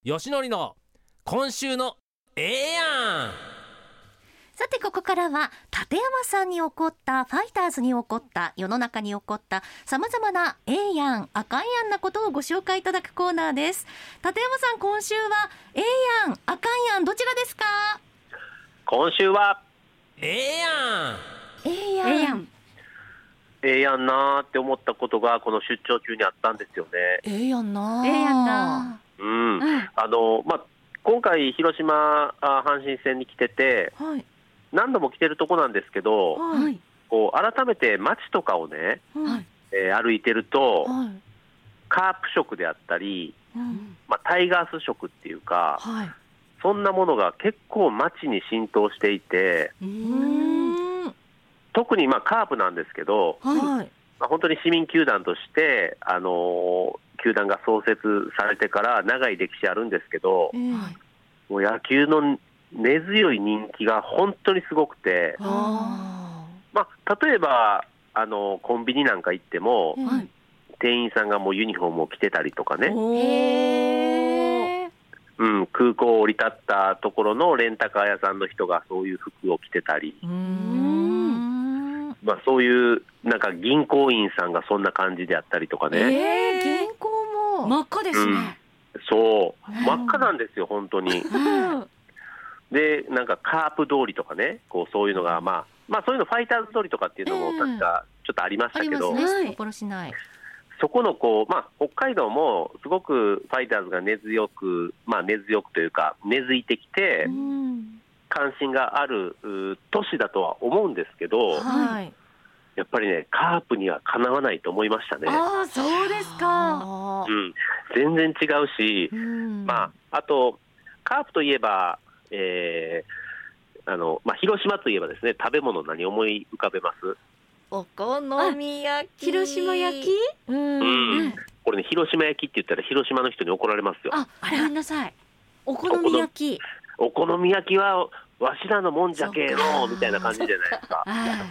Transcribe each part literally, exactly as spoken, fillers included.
よしのりの今週のええやん。 さてここからは立山さんに起こったファイターズに起こった世の中に起こったさまざまなええやんあかんやんなことをご紹介いただくコーナーです。立山さん、今週はええやんあかんやんどちらですか？ 今週はええやん。 ええやん、 ええやんええやんなーって思ったことがこの出張中にあったんですよね。 ええやんなええやんなうん、 うんあのまあ、今回広島あ阪神戦に来ててはい何度も来てるとこなんですけど、 はいはいこう改めて街とかをね、 はいえー歩いてるとはいカープ色であったり、 うんまあ、タイガース色っていうかはいそんなものが結構街に浸透していて、 ううーん特にまあカープなんですけど、 はいまあ、本当に市民球団として、あのー球団が創設されてから長い歴史あるんですけど、 ええもう野球の根強い人気が本当にすごくて、 あまあ、例えば、あのコンビニなんか行っても、 ーはい店員さんがもうユニフォームを着てたりとかね、 おへーうん、空港を降り立ったところのレンタカー屋さんの人がそういう服を着てたり、 うーんまあ、そういうなんか銀行員さんがそんな感じであったりとかね、 えー、銀行も真っ赤ですね、 そううん真っ赤なんですよ本当に。 うんでなんかカープ通りとかね、こうそういうのが、まあ、まあそういうのファイターズ通りとかっていうのも確かちょっとありましありたけど、 ますね、 はい札幌市内。 そこのこう、まあ、北海道もすごくファイターズが根強く、まあ、根強くというか根付いてきてうん関心があるう都市だとは思うんですけど、 はい。 やっぱりねカープにはかなわないと思いましたね。 ああそうですか。 あーうん、全然違うし、 うんまあ、あとカープといえば、えーあのまあ、広島といえばですね、食べ物何思い浮かべます？ お好み焼き。 広島焼き？ うん。 うんうんこれね、広島焼きって言ったら広島の人に怒られますよ。 あごめんなさい。お好み焼き。 お好み焼きはわしらのもんじゃけそっのかみたいな感じじゃないですか。 あ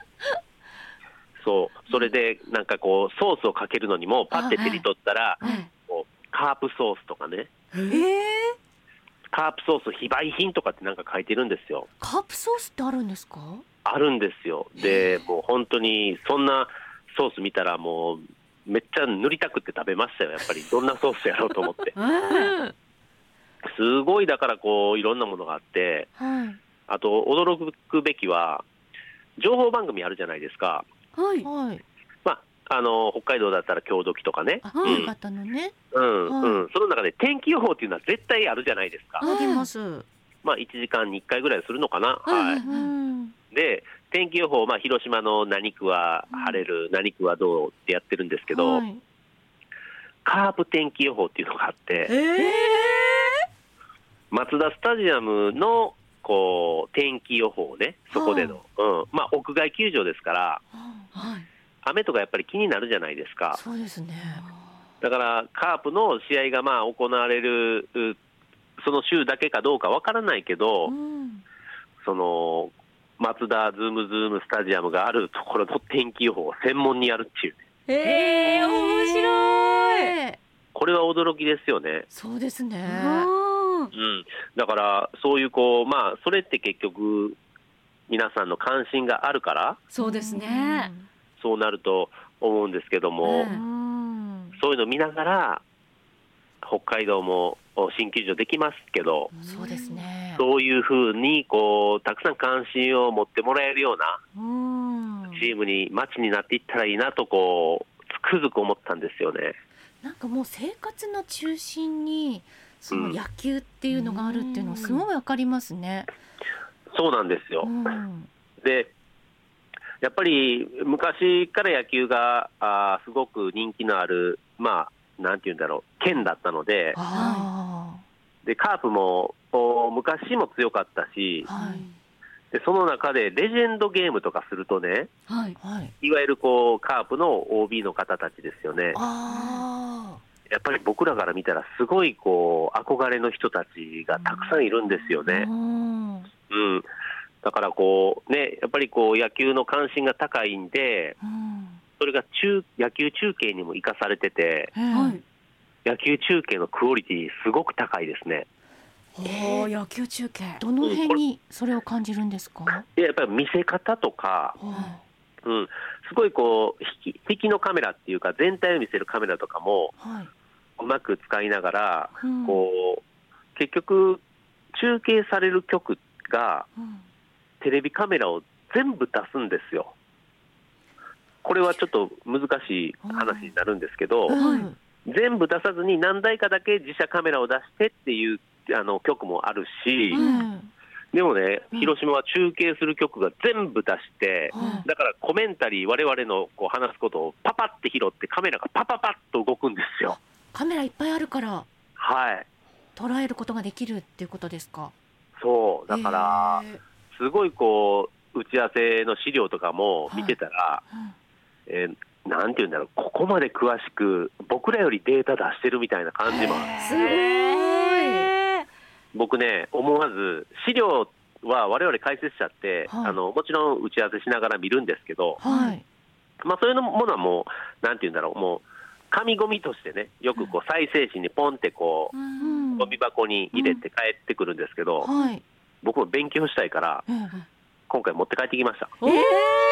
そうそれでなんかこうソースをかけるのにもパッて手に取ったらあはいこうカープソースとかね、 えー、 カープソース非売品とかってなんか書いてるんですよ。 カープソースってあるんですか？ あるんですよ。でもう本当にそんなソース見たらもうめっちゃ塗りたくって食べましたよ。やっぱりどんなソースやろうと思ってうんすごいだからこういろんなものがあって、 はいあと驚くべきは情報番組あるじゃないですか。 はいはい。 まあ、あの北海道だったら郷土記とかね、 あ、 はい新潟のね。 うんはいうん、その中で天気予報っていうのは絶対あるじゃないですか。 あります。 まあ、いちじかんにいっかいぐらいするのかな、 うんはい、 うん。 で天気予報、まあ、広島の何区は晴れる、何区はどうってやってるんですけど、 はいカープ天気予報っていうのがあって、 えマツダスタジアムのこう天気予報ね、そこでの、うんまあ、屋外球場ですからー、はい雨とかやっぱり気になるじゃないですか。 そうですね。 だからカープの試合がまあ行われるうその週だけかどうかわからないけど、 うん。 そのマツダズームズームスタジアムがあるところの天気予報を専門にやるっていう、 えー、面白い。 えーこれは驚きですよね。 そうですね。 うんうん、だからそういうこう、まあ、それって結局皆さんの関心があるからそうですね。 そうなると思うんですけども、 ううん。 そういうの見ながら北海道も新球場できますけど、 そうですね。 そういうふうにこうたくさん関心を持ってもらえるようなうん。 チームに街になっていったらいいなとこうつくづく思ったんですよね。 なんかもう生活の中心にその野球っていうのがあるっていうのはすごいわかりますね。 そうなんですよ。 うん。 でやっぱり昔から野球があーすごく人気のある、まあ、なんていうんだろう県だったので、 あでカープもお昔も強かったし、 あ。はい。 でその中でレジェンドゲームとかするとね、 はいはい。 いわゆるこうカープの オービー の方たちですよね。 あやっぱり僕らから見たらすごいこう憧れの人たちがたくさんいるんですよあ。 ね。 うん。 うん、だからこうね、やっぱりこう野球の関心が高いんで、 うん。 それが中野球中継にも生かされてて、 はい。 野球中継のクオリティすごく高いですね。 おー野球中継。 どの辺にそれを感じるんですか？ でやっぱり見せ方とか、 はうん、すごいこう引き引きのカメラっていうか全体を見せるカメラとかもい、はい、 うまく使いながら、 うんこう結局中継される局がうんテレビカメラを全部出すんですよ。これはちょっと難しい話になるんですけど、 うん全部出さずに何台かだけ自社カメラを出してっていうあの局もあるし、 うんでもね、 うん広島は中継する局が全部出して、 はいだからコメンタリー、我々のこう話すことをパパって拾ってカメラがパパパッと動くんですよ。 カメラいっぱいあるからはい、 捉えることができるっていうことですか？ そうだからへーすごいこう打ち合わせの資料とかも見てたら、 うんえーなんていうんだろう、ここまで詳しく僕らよりデータ出してるみたいな感じも、 すごい。 僕ね、思わず資料は我々解説者って、 はいあのもちろん打ち合わせしながら見るんですけど、 はい、 まあ、そういうものはもうなんていうんだろう、もう紙ゴミとしてね、よくこう再生紙にポンってこう、 うんゴミ箱に入れて帰ってくるんですけど、 はい、 僕も勉強したいからうん今回持って帰ってきました。 おー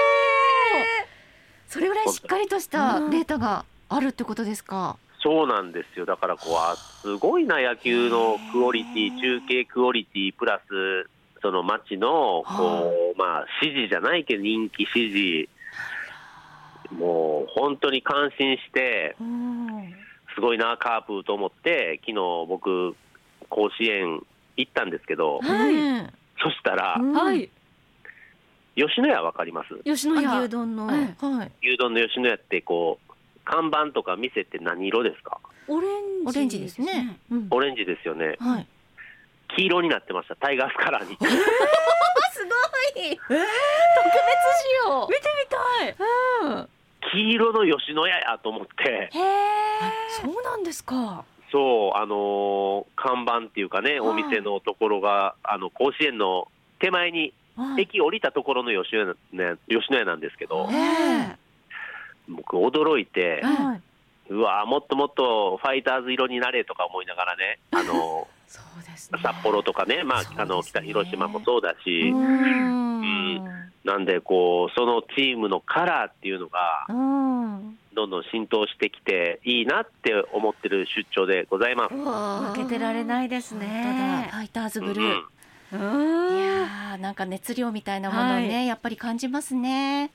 それぐらいしっかりとしたデータがあるってことですか？ そうなんですよ。だからこうあすごいな、野球のクオリティ、中継クオリティプラスその街のこう、まあ支持じゃないけど人気支持、もう本当に感心してうんすごいなカープと思って、昨日僕甲子園行ったんですけど、 はいうんそしたらうんはい。 吉野家わかります？ あ吉野家。 牛丼の、 はいはい、 牛丼の吉野家ってこう看板とか店って何色ですか？ オレンジ。 オレンジですね。うんオレンジですよね。 はい。 黄色になってました、タイガースカラーに。 すごい。 特別仕様。見てみたい。 うん。 黄色の吉野家やと思って、 へえ。 そうなんですか。 そう、あのー看板っていうかね、 はいお店のところがあの甲子園の手前に、 はい。 駅降りたところの吉野家、ね、吉野家なんですけど、 ええ僕驚いて、 はい。 うわもっともっとファイターズ色になれとか思いながらね、あのそうですね。 札幌とかね、まあ、 そうですねあの北広島もそうだし、 うん。 なんでこうそのチームのカラーっていうのがうん。 どんどん浸透してきていいなって思ってる出張でございます。 負けてられないです本当だ。 ねフ。ァイターズブルー。 うんうん。 いやーなんか熱量みたいなものをね、 はいやっぱり感じますね。